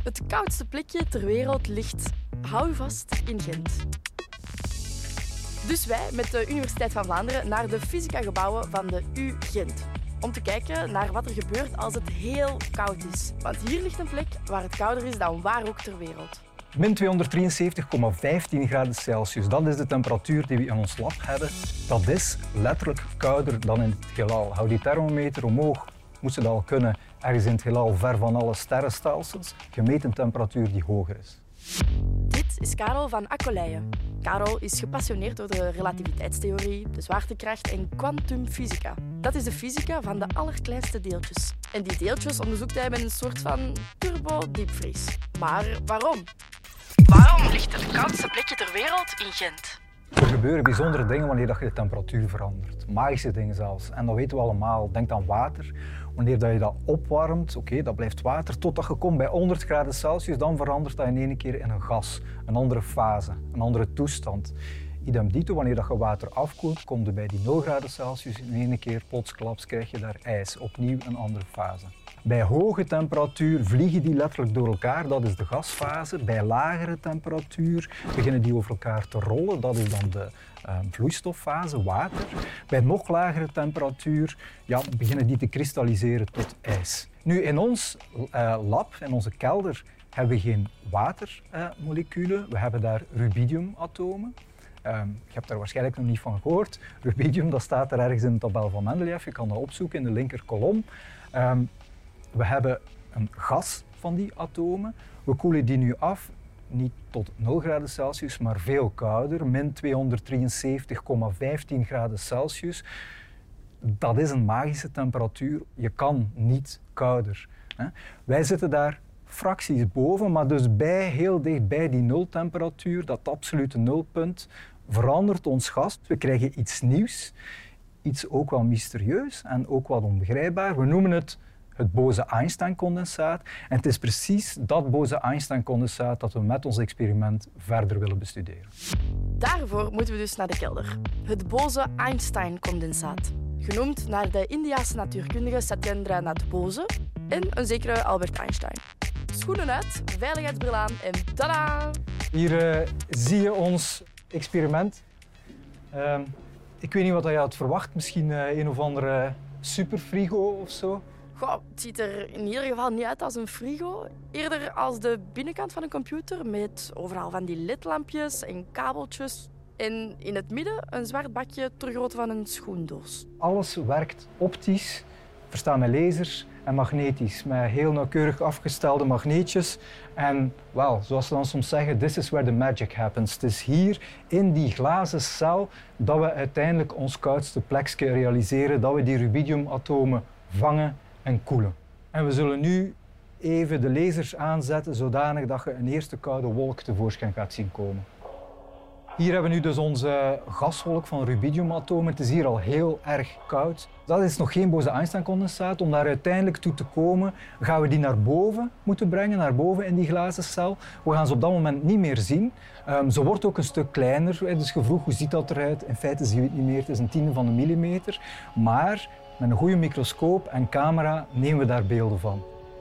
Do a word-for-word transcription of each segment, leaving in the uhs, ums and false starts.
Het koudste plekje ter wereld ligt, hou je vast, in Gent. Dus wij met de Universiteit van Vlaanderen naar de fysica-gebouwen van de U Gent. Om te kijken naar wat er gebeurt als het heel koud is. Want hier ligt een plek waar het kouder is dan waar ook ter wereld. min tweehonderddrieënzeventig komma vijftien graden Celsius, dat is de temperatuur die we in ons lab hebben. Dat is letterlijk kouder dan in het heelal. Hou die thermometer omhoog, moest het al kunnen, ergens in het heelal ver van alle sterrenstelsels, gemeten temperatuur die hoger is. Dit is Karel van Accoleyen. Karel is gepassioneerd door de relativiteitstheorie, de zwaartekracht en kwantumfysica. Dat is de fysica van de allerkleinste deeltjes. En die deeltjes onderzoekt hij met een soort van turbo-diepvries. Maar waarom? Waarom ligt het koudste plekje ter wereld in Gent? Er gebeuren bijzondere dingen wanneer je de temperatuur verandert. Magische dingen zelfs. En dat weten we allemaal. Denk aan water. Wanneer je dat opwarmt, oké, okay, dat blijft water, totdat je komt bij honderd graden Celsius, dan verandert dat in één keer in een gas. Een andere fase, een andere toestand. Idem dito, wanneer je water afkoelt, komt je bij die nul graden Celsius, in één keer plotsklaps krijg je daar ijs. Opnieuw een andere fase. Bij hoge temperatuur vliegen die letterlijk door elkaar, dat is de gasfase. Bij lagere temperatuur beginnen die over elkaar te rollen, dat is dan de uh, vloeistoffase, water. Bij nog lagere temperatuur ja, beginnen die te kristalliseren tot ijs. Nu, in ons uh, lab, in onze kelder, hebben we geen watermoleculen, uh, we hebben daar rubidiumatomen. Um, je hebt daar waarschijnlijk nog niet van gehoord. Rubidium, dat staat er ergens in de tabel van Mendeleev, je kan dat opzoeken in de linker kolom. Um, We hebben een gas van die atomen. We koelen die nu af, niet tot nul graden Celsius, maar veel kouder, min tweehonderddrieënzeventig komma vijftien graden Celsius. Dat is een magische temperatuur. Je kan niet kouder. Hè? Wij zitten daar fracties boven, maar dus bij, heel dicht bij die nultemperatuur, dat absolute nulpunt, verandert ons gas. We krijgen iets nieuws, iets ook wel mysterieus en ook wat onbegrijpbaar. We noemen het het Bose-Einstein-condensaat. En het is precies dat Bose-Einstein-condensaat dat we met ons experiment verder willen bestuderen. Daarvoor moeten we dus naar de kelder. Het Bose-Einstein-condensaat. Genoemd naar de Indiase natuurkundige Satyendranath Bose en een zekere Albert Einstein. Schoenen uit, veiligheidsbril aan en tada! Hier uh, zie je ons experiment. Uh, ik weet niet wat je had verwacht. Misschien uh, een of andere superfrigo of zo. Goh, het ziet er in ieder geval niet uit als een frigo. Eerder als de binnenkant van een computer met overal van die ledlampjes en kabeltjes. En in het midden een zwart bakje ter grootte van een schoendoos. Alles werkt optisch, verstaan met lasers en magnetisch. Met heel nauwkeurig afgestelde magneetjes. En wel, zoals ze dan soms zeggen, this is where the magic happens. Het is hier in die glazen cel dat we uiteindelijk ons koudste plekje realiseren. Dat we die rubidiumatomen vangen en koelen. En we zullen nu even de lasers aanzetten zodanig dat je een eerste koude wolk tevoorschijn gaat zien komen. Hier hebben we nu dus onze gaswolk van rubidiumatomen. Het is hier al heel erg koud. Dat is nog geen Bose-Einstein-condensaat. Om daar uiteindelijk toe te komen, gaan we die naar boven moeten brengen, naar boven in die glazen cel. We gaan ze op dat moment niet meer zien. Um, ze wordt ook een stuk kleiner. Dus je vroeg, hoe ziet dat eruit? In feite zien we het niet meer. Het is een tiende van een millimeter. Maar met een goede microscoop en camera nemen we daar beelden van.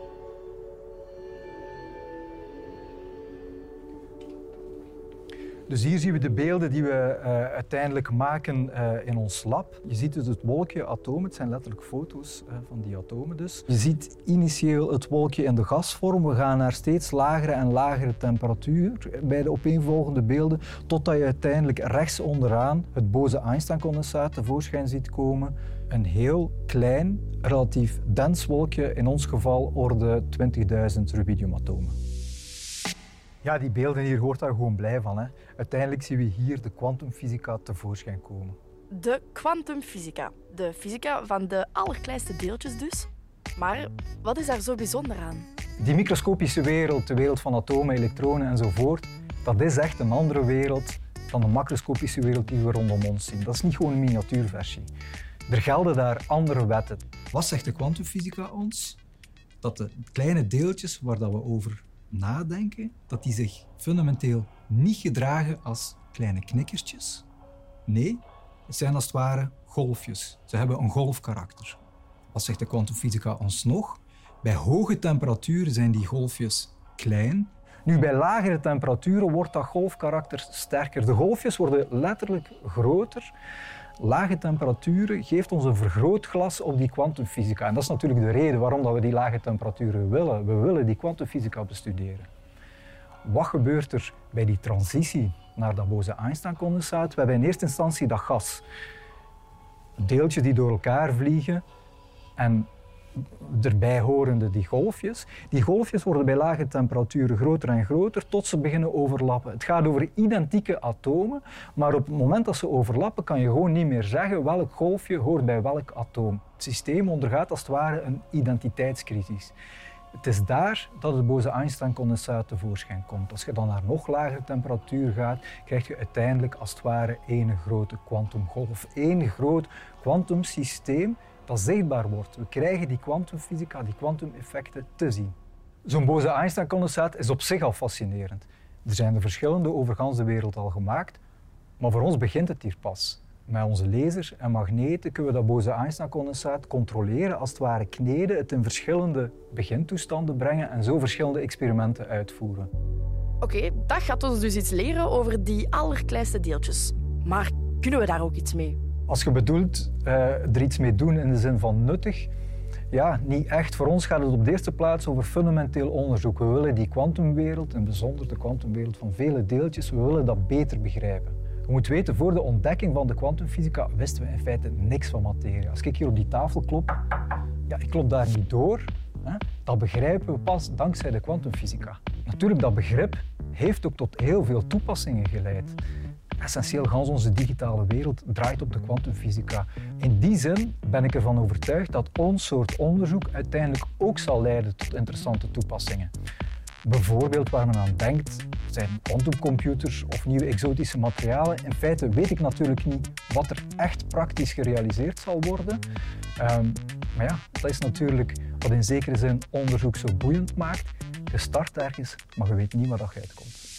Dus hier zien we de beelden die we uh, uiteindelijk maken uh, in ons lab. Je ziet dus het wolkje atomen, het zijn letterlijk foto's uh, van die atomen dus. Je ziet initieel het wolkje in de gasvorm. We gaan naar steeds lagere en lagere temperatuur bij de opeenvolgende beelden, totdat je uiteindelijk rechts onderaan het Bose-Einstein-condensaat tevoorschijn ziet komen. Een heel klein, relatief dens wolkje, in ons geval orde twintigduizend rubidiumatomen. Ja, die beelden hier hoort daar gewoon blij van. Hè. Uiteindelijk zien we hier de kwantumfysica tevoorschijn komen. De kwantumfysica. De fysica van de allerkleinste deeltjes dus. Maar wat is daar zo bijzonder aan? Die microscopische wereld, de wereld van atomen, elektronen enzovoort, dat is echt een andere wereld dan de macroscopische wereld die we rondom ons zien. Dat is niet gewoon een miniatuurversie. Er gelden daar andere wetten. Wat zegt de kwantumfysica ons? Dat de kleine deeltjes waar dat we over nadenken, dat die zich fundamenteel niet gedragen als kleine knikkertjes. Nee, het zijn als het ware golfjes. Ze hebben een golfkarakter. Wat zegt de kwantumfysica ons nog? Bij hoge temperaturen zijn die golfjes klein. Nu, bij lagere temperaturen wordt dat golfkarakter sterker. De golfjes worden letterlijk groter. Lage temperaturen geeft ons een vergrootglas op die kwantumfysica. En dat is natuurlijk de reden waarom dat we die lage temperaturen willen. We willen die kwantumfysica bestuderen. Wat gebeurt er bij die transitie naar dat Bose-Einstein-condensaat? We hebben in eerste instantie dat gas. Deeltjes die door elkaar vliegen en erbij horende die golfjes. Die golfjes worden bij lage temperaturen groter en groter tot ze beginnen overlappen. Het gaat over identieke atomen, maar op het moment dat ze overlappen kan je gewoon niet meer zeggen welk golfje hoort bij welk atoom. Het systeem ondergaat als het ware een identiteitscrisis. Het is daar dat het Bose-Einstein-condensaat tevoorschijn komt. Als je dan naar nog lagere temperatuur gaat, krijg je uiteindelijk als het ware één grote kwantumgolf. Één groot kwantumsysteem dat zichtbaar wordt. We krijgen die kwantumfysica, die kwantumeffecten te zien. Zo'n Bose-Einstein-condensaat is op zich al fascinerend. Er zijn er verschillende over gans de wereld al gemaakt, maar voor ons begint het hier pas. Met onze lasers en magneten kunnen we dat Bose-Einstein-condensaat controleren, als het ware kneden, het in verschillende begintoestanden brengen en zo verschillende experimenten uitvoeren. Oké, okay, dat gaat ons dus iets leren over die allerkleinste deeltjes. Maar kunnen we daar ook iets mee? Als je bedoelt uh, er iets mee doen in de zin van nuttig, ja, niet echt. Voor ons gaat het op de eerste plaats over fundamenteel onderzoek. We willen die kwantumwereld, in bijzonder de kwantumwereld van vele deeltjes, we willen dat beter begrijpen. Je moet weten, voor de ontdekking van de kwantumfysica wisten we in feite niks van materie. Als ik hier op die tafel klop, ja, ik klop daar niet door. Hè. Dat begrijpen we pas dankzij de kwantumfysica. Natuurlijk, dat begrip heeft ook tot heel veel toepassingen geleid. Essentieel gans onze digitale wereld draait op de kwantumfysica. In die zin ben ik ervan overtuigd dat ons soort onderzoek uiteindelijk ook zal leiden tot interessante toepassingen. Bijvoorbeeld waar men aan denkt zijn quantumcomputers of nieuwe exotische materialen. In feite weet ik natuurlijk niet wat er echt praktisch gerealiseerd zal worden. Um, maar ja, dat is natuurlijk wat in zekere zin onderzoek zo boeiend maakt. Je start ergens, maar je weet niet waar dat uitkomt.